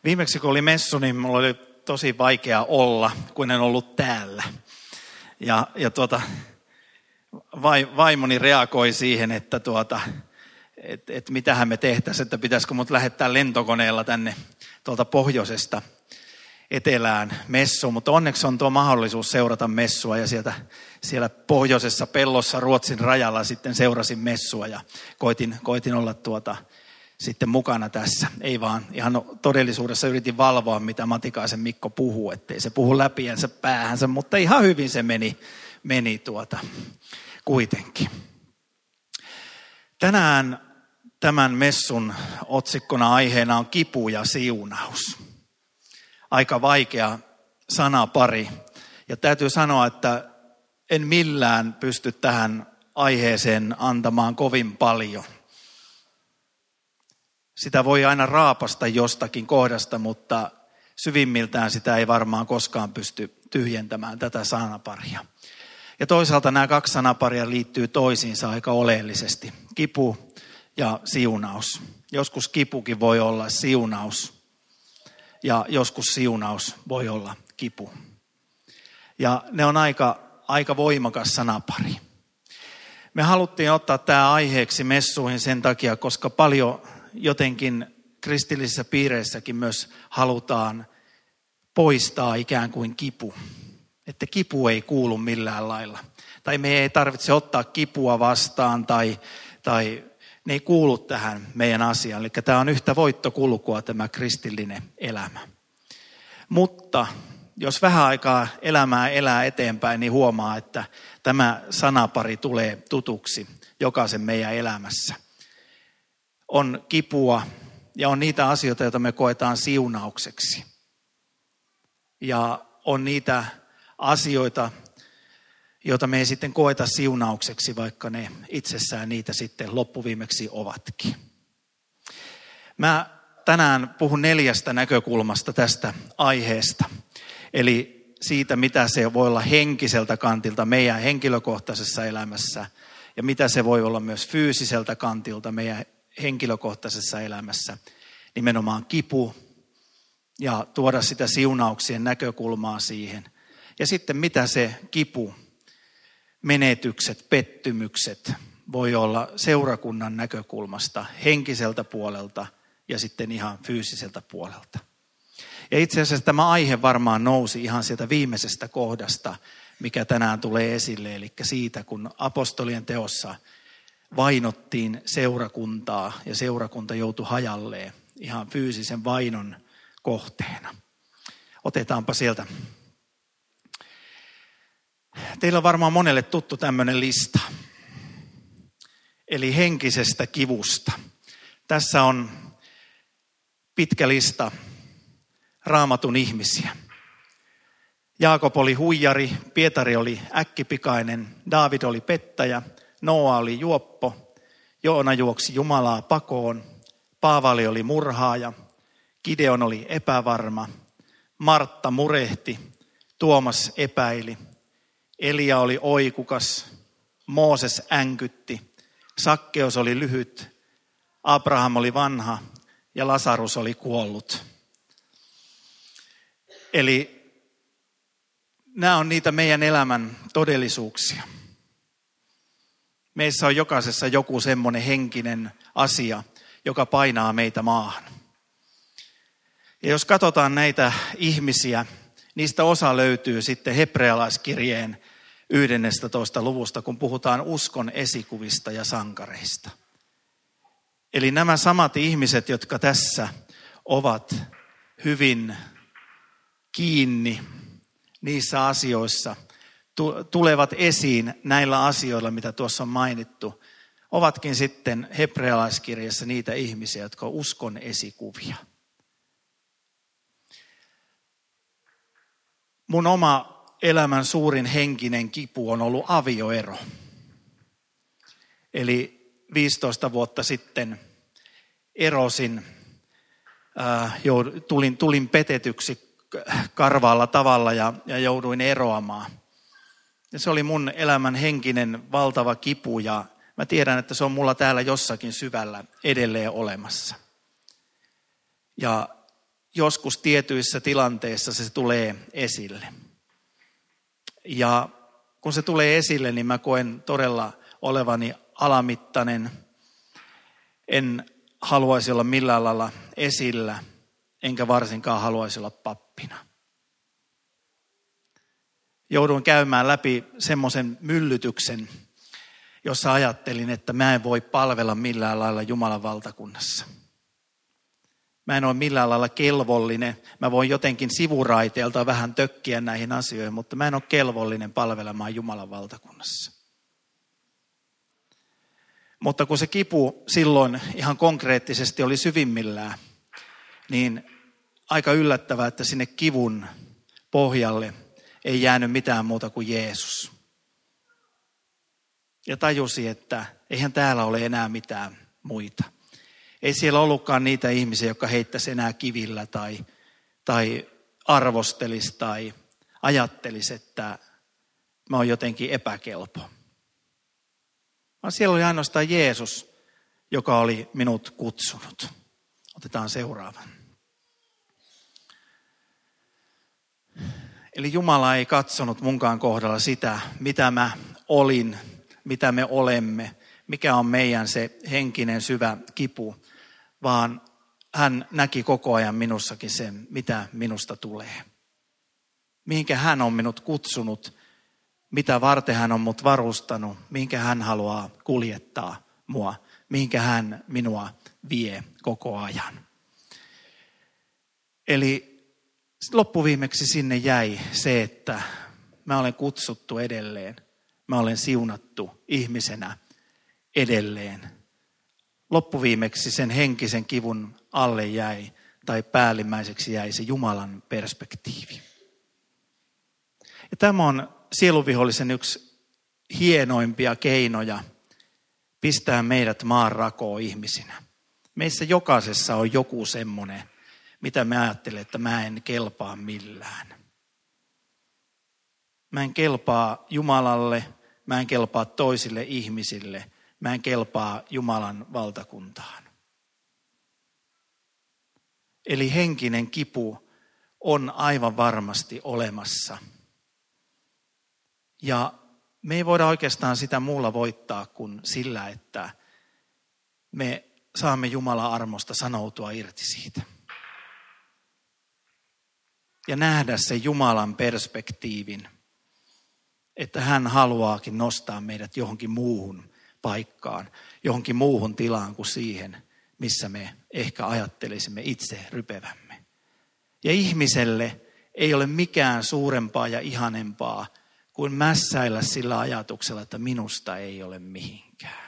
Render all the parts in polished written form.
Viimeksi kun oli messu, niin mulla oli tosi vaikea olla, kun en ollut täällä. Ja vaimoni reagoi siihen, että mitähän me tehtäisiin, että pitäisikö mut lähettää lentokoneella tänne tuolta pohjoisesta etelään messuun. Mutta onneksi on tuo mahdollisuus seurata messua ja siellä pohjoisessa pellossa Ruotsin rajalla sitten seurasin messua ja koitin olla sitten mukana tässä. Ei vaan ihan todellisuudessa yritin valvoa, mitä Matikaisen Mikko puhuu, ettei se puhu läpiänsä päähänsä, mutta ihan hyvin se meni kuitenkin. Tänään tämän messun otsikkona aiheena on kipu ja siunaus. Aika vaikea sanapari. Ja täytyy sanoa, että en millään pysty tähän aiheeseen antamaan kovin paljon. Sitä voi aina raapasta jostakin kohdasta, mutta syvimmiltään sitä ei varmaan koskaan pysty tyhjentämään tätä sanaparia. Ja toisaalta nämä kaksi sanaparia liittyy toisiinsa aika oleellisesti. Kipu ja siunaus. Joskus kipukin voi olla siunaus ja joskus siunaus voi olla kipu. Ja ne on aika voimakas sanapari. Me haluttiin ottaa tämä aiheeksi messuihin sen takia, koska paljon jotenkin kristillisissä piireissäkin myös halutaan poistaa ikään kuin kipu. Että kipu ei kuulu millään lailla. Tai me ei tarvitse ottaa kipua vastaan tai ne ei kuulu tähän meidän asiaan. Eli tämä on yhtä voittokulkua tämä kristillinen elämä. Mutta jos vähän aikaa elämää elää eteenpäin, niin huomaa, että tämä sanapari tulee tutuksi jokaisen meidän elämässä. On kipua ja on niitä asioita, joita me koetaan siunaukseksi. Ja on niitä asioita, joita me ei sitten koeta siunaukseksi, vaikka ne itsessään niitä sitten loppuviimeksi ovatkin. Mä tänään puhun 4 näkökulmasta tästä aiheesta. Eli siitä, mitä se voi olla henkiseltä kantilta meidän henkilökohtaisessa elämässä ja mitä se voi olla myös fyysiseltä kantilta meidän henkilökohtaisessa elämässä. Nimenomaan kipu ja tuoda sitä siunauksien näkökulmaa siihen. Ja sitten mitä se kipu, menetykset, pettymykset voi olla seurakunnan näkökulmasta, henkiseltä puolelta ja sitten ihan fyysiseltä puolelta. Ja itse asiassa tämä aihe varmaan nousi ihan sieltä viimeisestä kohdasta, mikä tänään tulee esille. Eli siitä, kun apostolien teossa vainottiin seurakuntaa ja seurakunta joutui hajalleen ihan fyysisen vainon kohteena. Otetaanpa sieltä. Teillä on varmaan monelle tuttu tämmöinen lista. Eli henkisestä kivusta. Tässä on pitkä lista Raamatun ihmisiä. Jaakob oli huijari, Pietari oli äkkipikainen, Daavid oli pettäjä, Noa oli juoppo, Joona juoksi Jumalaa pakoon, Paavali oli murhaaja, Gideon oli epävarma, Martta murehti, Tuomas epäili, Elia oli oikukas, Mooses änkytti, Sakkeus oli lyhyt, Abraham oli vanha ja Lasarus oli kuollut. Eli nämä on niitä meidän elämän todellisuuksia. Meissä on jokaisessa joku semmoinen henkinen asia, joka painaa meitä maahan. Ja jos katsotaan näitä ihmisiä, niistä osa löytyy sitten hebrealaiskirjeen 11. luvusta, kun puhutaan uskon esikuvista ja sankareista. Eli nämä samat ihmiset, jotka tässä ovat hyvin kiinni niissä asioissa, tulevat esiin näillä asioilla, mitä tuossa on mainittu, ovatkin sitten hebrealaiskirjassa niitä ihmisiä, jotka on uskon esikuvia. Mun oma elämän suurin henkinen kipu on ollut avioero. Eli 15 vuotta sitten erosin, tulin petetyksi karvaalla tavalla ja jouduin eroamaan. Ja se oli mun elämän henkinen valtava kipu ja mä tiedän, että se on mulla täällä jossakin syvällä edelleen olemassa. Ja joskus tietyissä tilanteissa se tulee esille. Ja kun se tulee esille, niin mä koen todella olevani alamittainen. En haluaisi olla millään lailla esillä, enkä varsinkaan haluaisi olla pappina. Jouduin käymään läpi semmoisen myllytyksen, jossa ajattelin, että mä en voi palvella millään lailla Jumalan valtakunnassa. Mä en ole millään lailla kelvollinen. Mä voin jotenkin sivuraiteelta vähän tökkiä näihin asioihin, mutta mä en ole kelvollinen palvelemaan Jumalan valtakunnassa. Mutta kun se kipu silloin ihan konkreettisesti oli syvimmillään, niin aika yllättävää, että sinne kivun pohjalle ei jäänyt mitään muuta kuin Jeesus. Ja tajusi, että eihän täällä ole enää mitään muita. Ei siellä ollutkaan niitä ihmisiä, jotka heittäisi enää kivillä tai arvostelisi tai ajattelisi, että mä oon jotenkin epäkelpo. Vaan siellä oli ainoastaan Jeesus, joka oli minut kutsunut. Otetaan seuraavan. Eli Jumala ei katsonut munkaan kohdalla sitä, mitä mä olin, mitä me olemme, mikä on meidän se henkinen syvä kipu, vaan hän näki koko ajan minussakin sen, mitä minusta tulee. Mihinkä hän on minut kutsunut, mitä varten hän on mut varustanut, mihinkä hän haluaa kuljettaa mua, mihinkä hän minua vie koko ajan. Eli loppuviimeksi sinne jäi se, että mä olen kutsuttu edelleen, mä olen siunattu ihmisenä edelleen. Loppuviimeksi sen henkisen kivun alle jäi, tai päällimmäiseksi jäi se Jumalan perspektiivi. Ja tämä on sieluvihollisen yksi hienoimpia keinoja pistää meidät maan rakoon ihmisinä. Meissä jokaisessa on joku semmoinen, mitä me ajattelemme, että mä en kelpaa millään. Mä en kelpaa Jumalalle, mä en kelpaa toisille ihmisille, mä en kelpaa Jumalan valtakuntaan. Eli henkinen kipu on aivan varmasti olemassa. Ja me ei voida oikeastaan sitä muulla voittaa kuin sillä, että me saamme Jumalan armosta sanoutua irti siitä. Ja nähdä se Jumalan perspektiivin, että hän haluaakin nostaa meidät johonkin muuhun paikkaan, johonkin muuhun tilaan kuin siihen, missä me ehkä ajattelisimme itse rypevämme. Ja ihmiselle ei ole mikään suurempaa ja ihanempaa kuin mässäillä sillä ajatuksella, että minusta ei ole mihinkään.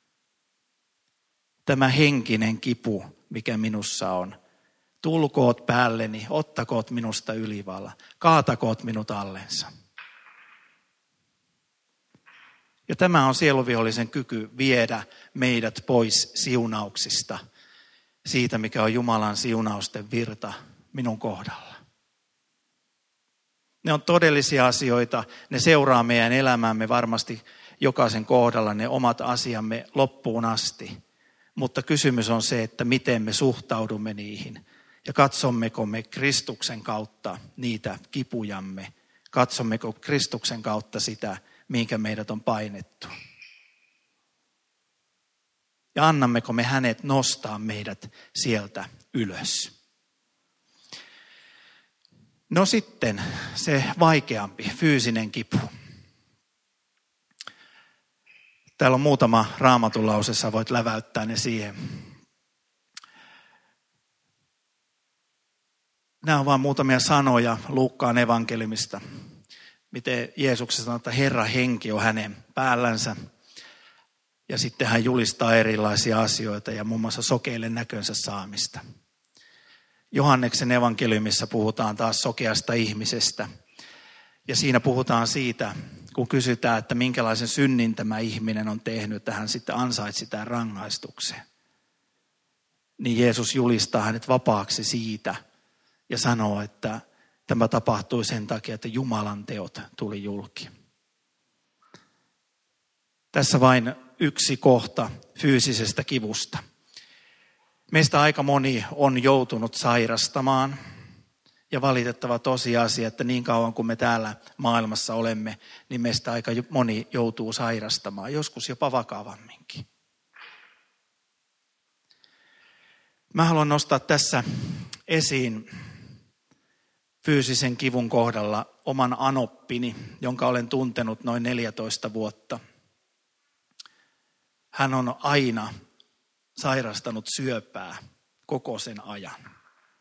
Tämä henkinen kipu, mikä minussa on, tulkoot päälleni, ottakoot minusta ylivalla, kaatakoot minut allensa. Ja tämä on sieluvihollisen kyky viedä meidät pois siunauksista, siitä mikä on Jumalan siunausten virta minun kohdalla. Ne on todellisia asioita, ne seuraa meidän elämäämme varmasti jokaisen kohdalla, ne omat asiamme loppuun asti. Mutta kysymys on se, että miten me suhtaudumme niihin ja katsommeko me Kristuksen kautta niitä kipujamme, katsommeko Kristuksen kautta sitä, mihinkä meidät on painettu. Ja annammeko me hänet nostaa meidät sieltä ylös. No sitten se vaikeampi, fyysinen kipu. Täällä on muutama Raamatun lause, sä voit läväyttää ne siihen. Nämä on vain muutamia sanoja Luukkaan evankeliumista. Miten Jeesuksessa sanoo, että Herran henki on hänen päällänsä. Ja sitten hän julistaa erilaisia asioita ja muun muassa sokeille näkönsä saamista. Johanneksen evankeliumissa puhutaan taas sokeasta ihmisestä. Ja siinä puhutaan siitä, kun kysytään, että minkälaisen synnin tämä ihminen on tehnyt, että hän sitten ansaitsi tämän rangaistuksen. Niin Jeesus julistaa hänet vapaaksi siitä ja sanoo, että tämä tapahtui sen takia, että Jumalan teot tuli julki. Tässä vain yksi kohta fyysisestä kivusta. Meistä aika moni on joutunut sairastamaan. Ja valitettava tosiasia, että niin kauan kuin me täällä maailmassa olemme, niin meistä aika moni joutuu sairastamaan, joskus jopa vakavamminkin. Mä haluan nostaa tässä esiin fyysisen kivun kohdalla oman anoppini, jonka olen tuntenut noin 14 vuotta. Hän on aina sairastanut syöpää koko sen ajan.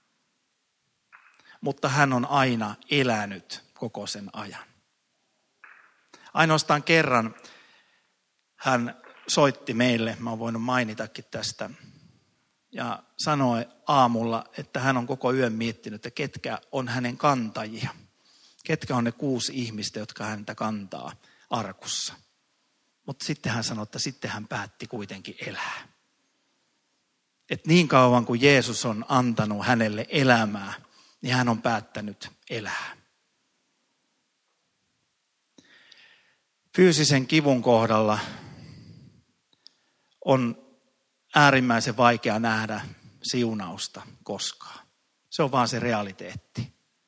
Mutta hän on aina elänyt koko sen ajan. Ainoastaan kerran hän soitti meille, mä oon voinut mainitakin tästä, ja sanoi aamulla, että hän on koko yön miettinyt, että ketkä on hänen kantajia. Ketkä on ne 6 ihmistä, jotka häntä kantaa arkussa. Mutta sitten hän sanoi, että sitten hän päätti kuitenkin elää. Että niin kauan kuin Jeesus on antanut hänelle elämää, niin hän on päättänyt elää. Fyysisen kivun kohdalla on äärimmäisen vaikea nähdä siunausta koskaan. Se on vaan se realiteetti.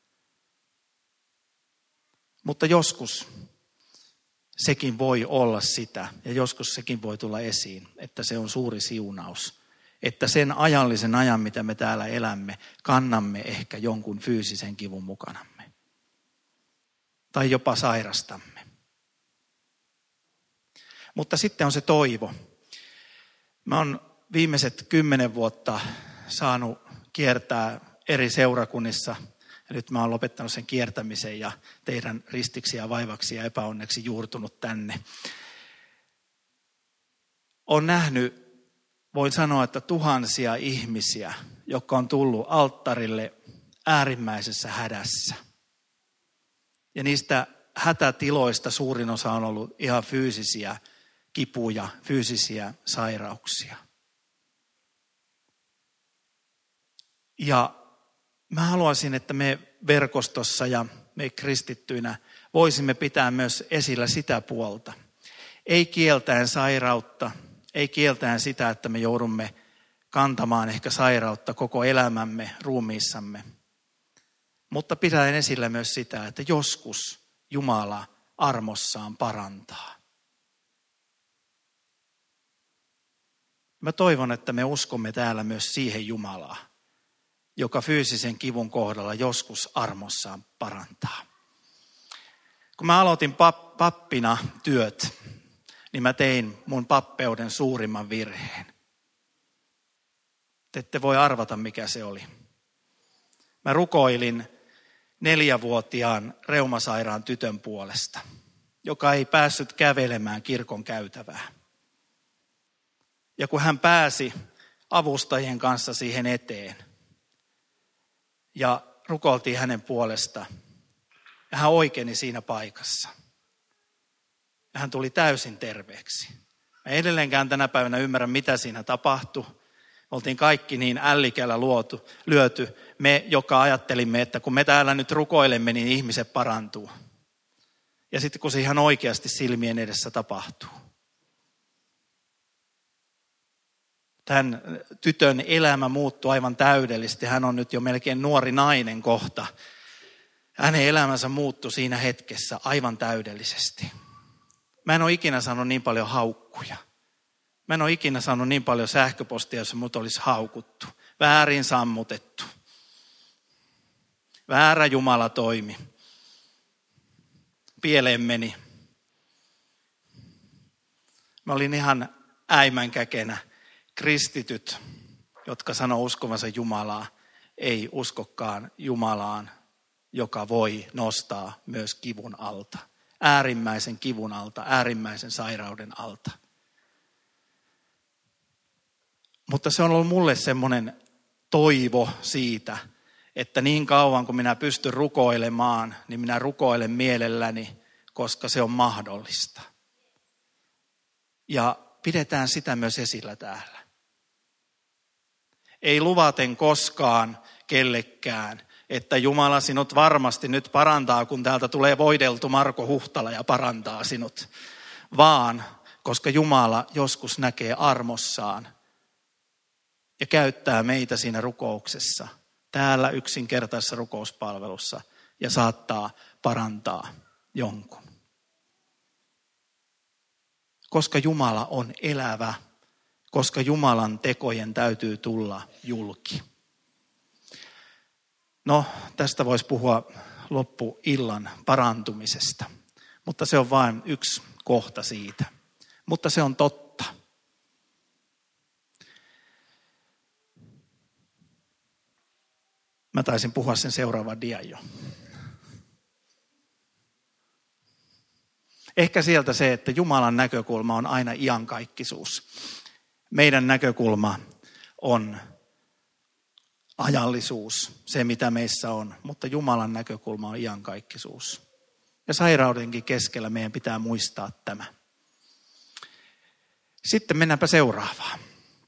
Mutta joskus sekin voi olla sitä, ja joskus sekin voi tulla esiin, että se on suuri siunaus. Että sen ajallisen ajan, mitä me täällä elämme, kannamme ehkä jonkun fyysisen kivun mukanamme. Tai jopa sairastamme. Mutta sitten on se toivo. Mä oon viimeiset 10 vuotta saanut kiertää eri seurakunnissa. Ja nyt mä oon lopettanut sen kiertämisen ja teidän ristiksi ja vaivaksi ja epäonneksi juurtunut tänne. Oon nähnyt, voin sanoa, että tuhansia ihmisiä, jotka on tullut alttarille äärimmäisessä hädässä. Ja niistä hätätiloista suurin osa on ollut ihan fyysisiä kipuja, fyysisiä sairauksia. Ja mä haluaisin, että me verkostossa ja me kristittyinä voisimme pitää myös esillä sitä puolta. Ei kieltäen sairautta, ei kieltäen sitä, että me joudumme kantamaan ehkä sairautta koko elämämme ruumiissamme. Mutta pitäen esillä myös sitä, että joskus Jumala armossaan parantaa. Mä toivon, että me uskomme täällä myös siihen Jumalaa, joka fyysisen kivun kohdalla joskus armossaan parantaa. Kun mä aloitin pappina työt, niin mä tein mun pappeuden suurimman virheen. Te ette voi arvata, mikä se oli. Mä rukoilin 4-vuotiaan reumasairaan tytön puolesta, joka ei päässyt kävelemään kirkon käytävää. Ja kun hän pääsi avustajien kanssa siihen eteen ja rukoiltiin hänen puolesta, ja hän oikeni siinä paikassa. Ja hän tuli täysin terveeksi. Mä edelleenkään tänä päivänä ymmärrän, mitä siinä tapahtui. Oltiin kaikki niin ällikällä lyöty. Me, joka ajattelimme, että kun me täällä nyt rukoilemme, niin ihmiset parantuu. Ja sitten kun se ihan oikeasti silmien edessä tapahtuu. Tämän tytön elämä muuttui aivan täydellisesti. Hän on nyt jo melkein nuori nainen kohta. Hänen elämänsä muuttui siinä hetkessä aivan täydellisesti. Mä en ole ikinä saanut niin paljon haukkuja. Mä en ole ikinä saanut niin paljon sähköpostia, jos mut olisi haukuttu. Väärin sammutettu. Väärä Jumala toimi. Pieleen meni. Mä olin ihan äimänkäkenä. Kristityt, jotka sanoo uskovansa Jumalaa, ei uskokaan Jumalaan, joka voi nostaa myös kivun alta. Äärimmäisen kivun alta, äärimmäisen sairauden alta. Mutta se on ollut mulle semmoinen toivo siitä, että niin kauan kuin minä pystyn rukoilemaan, niin minä rukoilen mielelläni, koska se on mahdollista. Ja pidetään sitä myös esillä täällä. Ei luvaten koskaan kellekään, että Jumala sinut varmasti nyt parantaa, kun täältä tulee voideltu Marko Huhtala ja parantaa sinut. Vaan, koska Jumala joskus näkee armossaan ja käyttää meitä siinä rukouksessa, täällä yksinkertaisessa rukouspalvelussa ja saattaa parantaa jonkun. Koska Jumala on elävä, koska Jumalan tekojen täytyy tulla julki. No, tästä voisi puhua loppuillan parantumisesta, mutta se on vain yksi kohta siitä. Mutta se on totta. Mä taisin puhua sen seuraavan dian jo. Ehkä sieltä se, että Jumalan näkökulma on aina iankaikkisuus. Meidän näkökulma on ajallisuus, se mitä meissä on, mutta Jumalan näkökulma on iankaikkisuus. Ja sairaudenkin keskellä meidän pitää muistaa tämä. Sitten mennäänpä seuraavaan.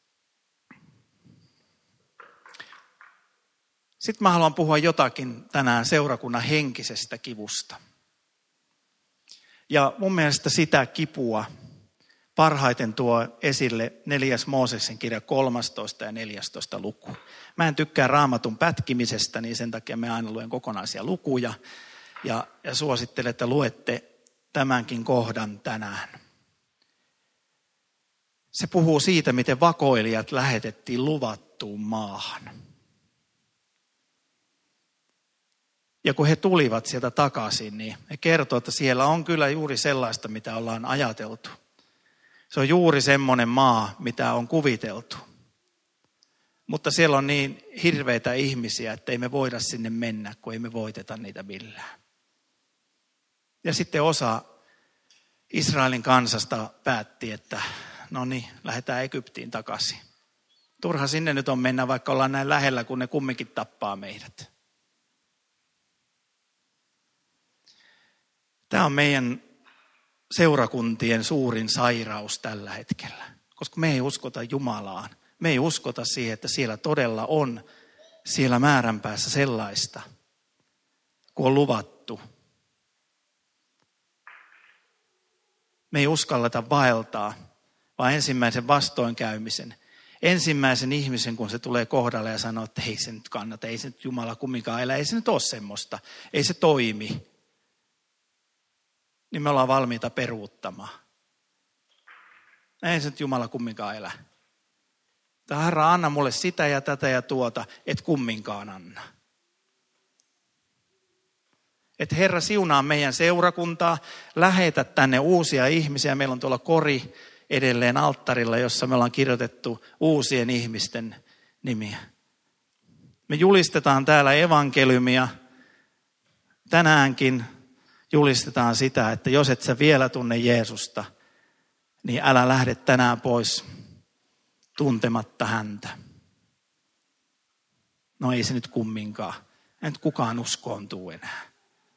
Sitten mä haluan puhua jotakin tänään seurakunnan henkisestä kivusta. Ja mun mielestä sitä kipua parhaiten tuo esille 4. Mooseksen kirja 13 ja 14 luku. Mä en tykkää Raamatun pätkimisestä, niin sen takia mä aina luen kokonaisia lukuja. Ja suosittelen, että luette tämänkin kohdan tänään. Se puhuu siitä, miten vakoilijat lähetettiin luvattuun maahan. Ja kun he tulivat sieltä takaisin, niin he kertovat, että siellä on kyllä juuri sellaista, mitä ollaan ajateltu. Se on juuri semmoinen maa, mitä on kuviteltu. Mutta siellä on niin hirveitä ihmisiä, että ei me voida sinne mennä, kun ei me voiteta niitä millään. Ja sitten osa Israelin kansasta päätti, että no niin, lähdetään Egyptiin takaisin. Turha sinne nyt on mennä, vaikka ollaan näin lähellä, kun ne kumminkin tappaa meidät. Tämä on meidän seurakuntien suurin sairaus tällä hetkellä, koska me ei uskota Jumalaan. Me ei uskota siihen, että siellä todella on siellä määränpäässä sellaista, kun on luvattu. Me ei uskalleta vaeltaa, vaan ensimmäisen vastoinkäymisen. Ensimmäisen ihmisen, kun se tulee kohdalle ja sanoo, että ei se nyt kannata, ei se nyt Jumala kumminkaan elä, ei se nyt ole semmoista, ei se toimi. Niin me ollaan valmiita peruuttamaan. Ei se nyt Jumala kumminkaan elä. Tai Herra, anna mulle sitä ja tätä ja tuota, et kumminkaan anna. Että Herra, siunaa meidän seurakuntaa, lähetä tänne uusia ihmisiä. Meillä on tuolla kori edelleen alttarilla, jossa me ollaan kirjoitettu uusien ihmisten nimiä. Me julistetaan täällä evankeliumia. Tänäänkin julistetaan sitä, että jos et sä vielä tunne Jeesusta, niin älä lähde tänään pois tuntematta häntä. No ei se nyt kumminkaan. Ei nyt kukaan uskoon tuu enää.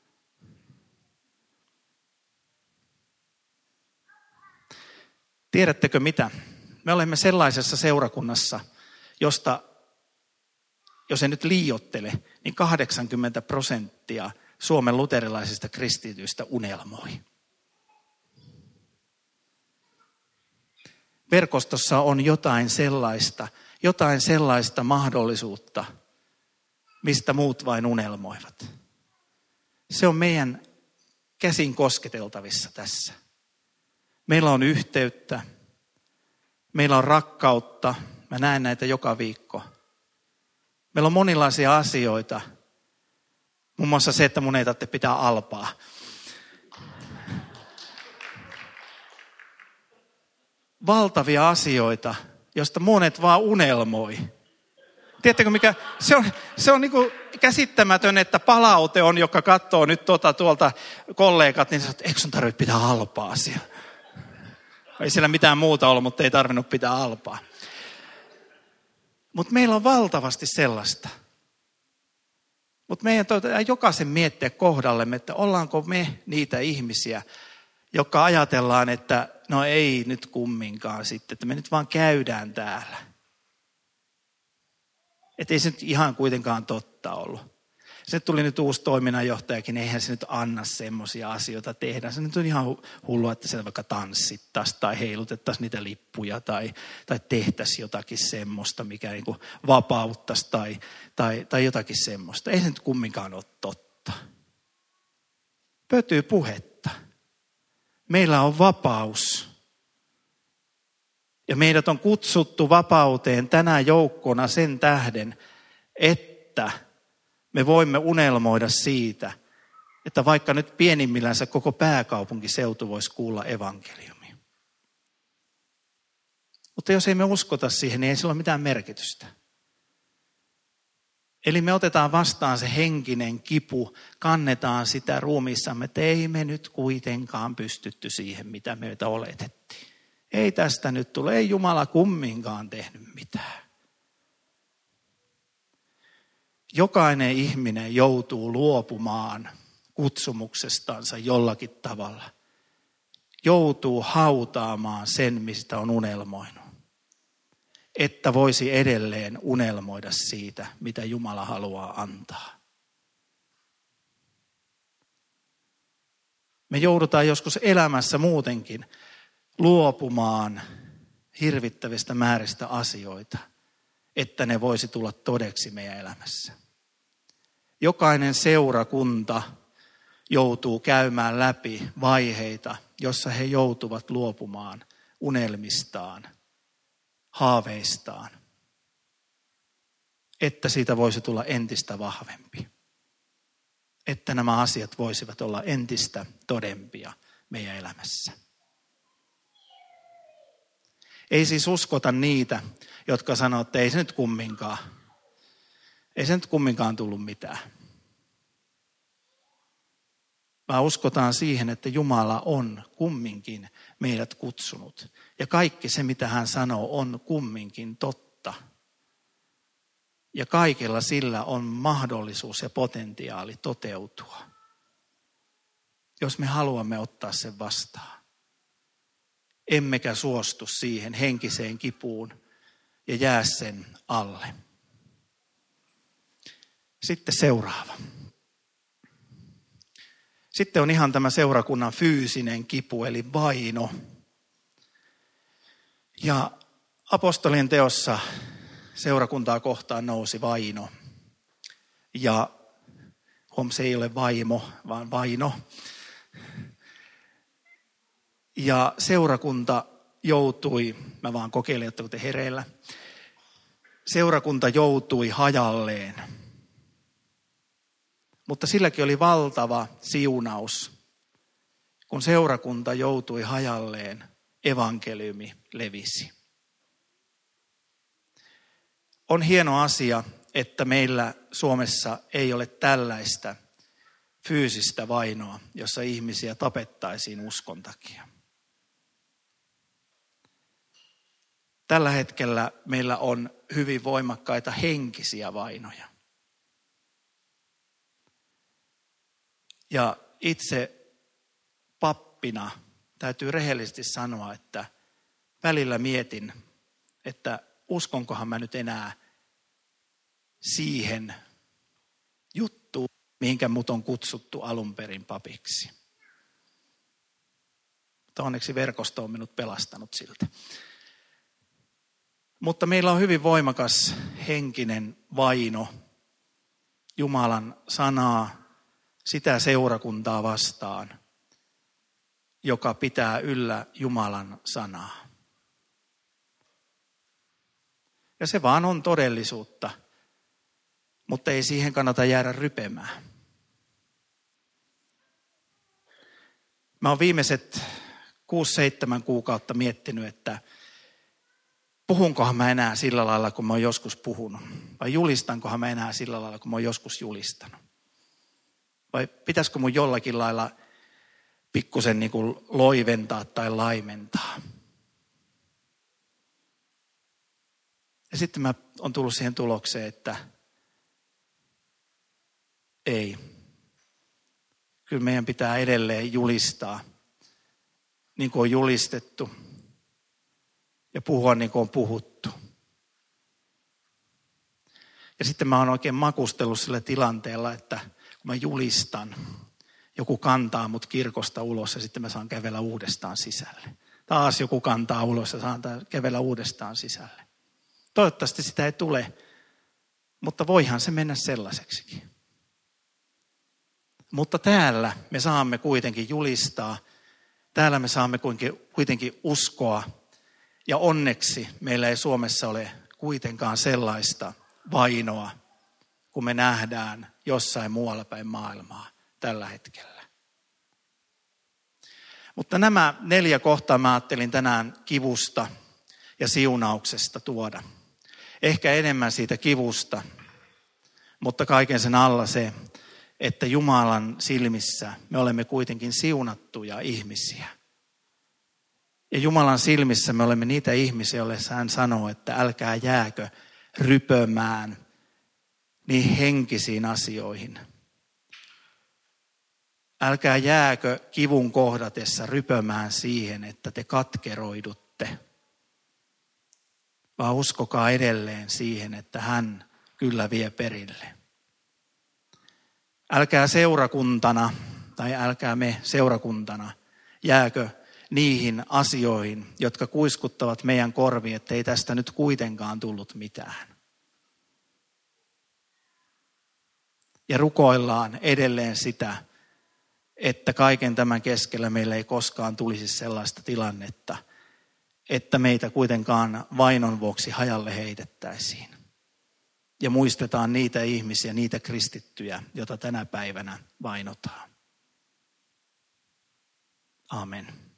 Tiedättekö mitä? Me olemme sellaisessa seurakunnassa, josta, jos en nyt liioittele, niin 80% Suomen luterilaisista kristityistä unelmoi. Verkostossa on jotain sellaista mahdollisuutta, mistä muut vain unelmoivat. Se on meidän käsin kosketeltavissa tässä. Meillä on yhteyttä, meillä on rakkautta, mä näen näitä joka viikko. Meillä on monilaisia asioita, muun muassa se, että mun ei tarvitse pitää alpaa. Valtavia asioita, joista monet vaan unelmoi. Tiedättekö mikä? Se on niin kuin käsittämätön, että palaute on, joka katsoo nyt tuolta kollegat, niin sanoo, että eikö sun tarvitse pitää alpaa siellä? Ei siellä mitään muuta ollut, mutta ei tarvinnut pitää alpaa. Mutta meillä on valtavasti sellaista. Mutta meidän toivotaan jokaisen miettiä kohdallemme, että ollaanko me niitä ihmisiä, jotka ajatellaan, että no ei nyt kumminkaan sitten, että me nyt vaan käydään täällä. Että ei se nyt ihan kuitenkaan totta ollut. Se tuli nyt uusi toiminnanjohtajakin, eihän se nyt anna semmoisia asioita tehdä. Se nyt on ihan hullua, että se vaikka tanssittaisiin tai heilutettaisiin niitä lippuja tai tehtäisiin jotakin semmoista, mikä niin kuin vapauttaisi tai jotakin semmoista. Ei se nyt kumminkaan ole totta. Pötyy puhetta. Meillä on vapaus. Ja meidät on kutsuttu vapauteen tänä joukkona sen tähden, että me voimme unelmoida siitä, että vaikka nyt pienimmillänsä koko pääkaupunkiseutu voisi kuulla evankeliumia. Mutta jos ei me uskota siihen, niin ei sillä ole mitään merkitystä. Eli me otetaan vastaan se henkinen kipu, kannetaan sitä ruumiissamme, että ei me nyt kuitenkaan pystytty siihen, mitä meitä oletettiin. Ei tästä nyt tule, ei Jumala kumminkaan tehnyt mitään. Jokainen ihminen joutuu luopumaan kutsumuksestansa jollakin tavalla. Joutuu hautaamaan sen, mistä on unelmoinut. Että voisi edelleen unelmoida siitä, mitä Jumala haluaa antaa. Me joudutaan joskus elämässä muutenkin luopumaan hirvittävistä määristä asioita, että ne voisi tulla todeksi meidän elämässä. Jokainen seurakunta joutuu käymään läpi vaiheita, jossa he joutuvat luopumaan unelmistaan, haaveistaan, että siitä voisi tulla entistä vahvempi. Että nämä asiat voisivat olla entistä todempia meidän elämässä. Ei siis uskota niitä, jotka sanoo, että ei se nyt kumminkaan tullut mitään. Vaan uskotaan siihen, että Jumala on kumminkin meidät kutsunut. Ja kaikki se, mitä hän sanoo, on kumminkin totta. Ja kaikella sillä on mahdollisuus ja potentiaali toteutua, jos me haluamme ottaa sen vastaan. Emmekä suostu siihen henkiseen kipuun ja jää sen alle. Sitten seuraava. Sitten on ihan tämä seurakunnan fyysinen kipu, eli vaino. Ja apostolien teossa seurakuntaa kohtaan nousi vaino. Ja se ei ole vaimo, vaan vaino. Ja seurakunta joutui, mä vaan kokeilen, että te hereillä. Seurakunta joutui hajalleen. Mutta silläkin oli valtava siunaus, kun seurakunta joutui hajalleen, evankeliumi levisi. On hieno asia, että meillä Suomessa ei ole tällaista fyysistä vainoa, jossa ihmisiä tapettaisiin uskon takia. Tällä hetkellä meillä on hyvin voimakkaita henkisiä vainoja. Ja itse pappina täytyy rehellisesti sanoa, että välillä mietin, että uskonkohan mä nyt enää siihen juttuun, mihinkä mut on kutsuttu alun perin papiksi. Mutta onneksi verkosto on minut pelastanut siltä. Mutta meillä on hyvin voimakas henkinen vaino Jumalan sanaa, sitä seurakuntaa vastaan, joka pitää yllä Jumalan sanaa. Ja se vaan on todellisuutta, mutta ei siihen kannata jäädä rypemään. Mä oon viimeiset 6-7 kuukautta miettinyt, että puhunkohan mä enää sillä lailla, kun mä oon joskus puhunut. Vai julistankohan mä enää sillä lailla, kun mä oon joskus julistanut. Vai pitäisikö mun jollakin lailla pikkusen niin kuin loiventaa tai laimentaa. Ja sitten mä oon tullut siihen tulokseen, että ei. Kyllä meidän pitää edelleen julistaa niin kuin on julistettu ja puhua niin kuin on puhuttu. Ja sitten mä oon oikein makustellut sillä tilanteella, että kun mä julistan, joku kantaa mut kirkosta ulos ja sitten mä saan kävellä uudestaan sisälle. Taas joku kantaa ulos ja saan kävellä uudestaan sisälle. Toivottavasti sitä ei tule, mutta voihan se mennä sellaiseksikin. Mutta täällä me saamme kuitenkin julistaa, täällä me saamme kuitenkin uskoa ja onneksi meillä ei Suomessa ole kuitenkaan sellaista vainoa, kun me nähdään jossain muualla päin maailmaa tällä hetkellä. Mutta nämä 4 kohtaa mä ajattelin tänään kivusta ja siunauksesta tuoda. Ehkä enemmän siitä kivusta, mutta kaiken sen alla se, että Jumalan silmissä me olemme kuitenkin siunattuja ihmisiä. Ja Jumalan silmissä me olemme niitä ihmisiä, joille hän sanoo, että älkää jääkö rypömään niin henkisiin asioihin. Älkää jääkö kivun kohdatessa rypömään siihen, että te katkeroidutte, vaan uskokaa edelleen siihen, että hän kyllä vie perille. Älkää seurakuntana, tai älkää me seurakuntana, jääkö niihin asioihin, jotka kuiskuttavat meidän korviin, että ei tästä nyt kuitenkaan tullut mitään. Ja rukoillaan edelleen sitä, että kaiken tämän keskellä meillä ei koskaan tulisi sellaista tilannetta, että meitä kuitenkaan vainon vuoksi hajalle heitettäisiin. Ja muistetaan niitä ihmisiä, niitä kristittyjä, joita tänä päivänä vainotaan. Amen.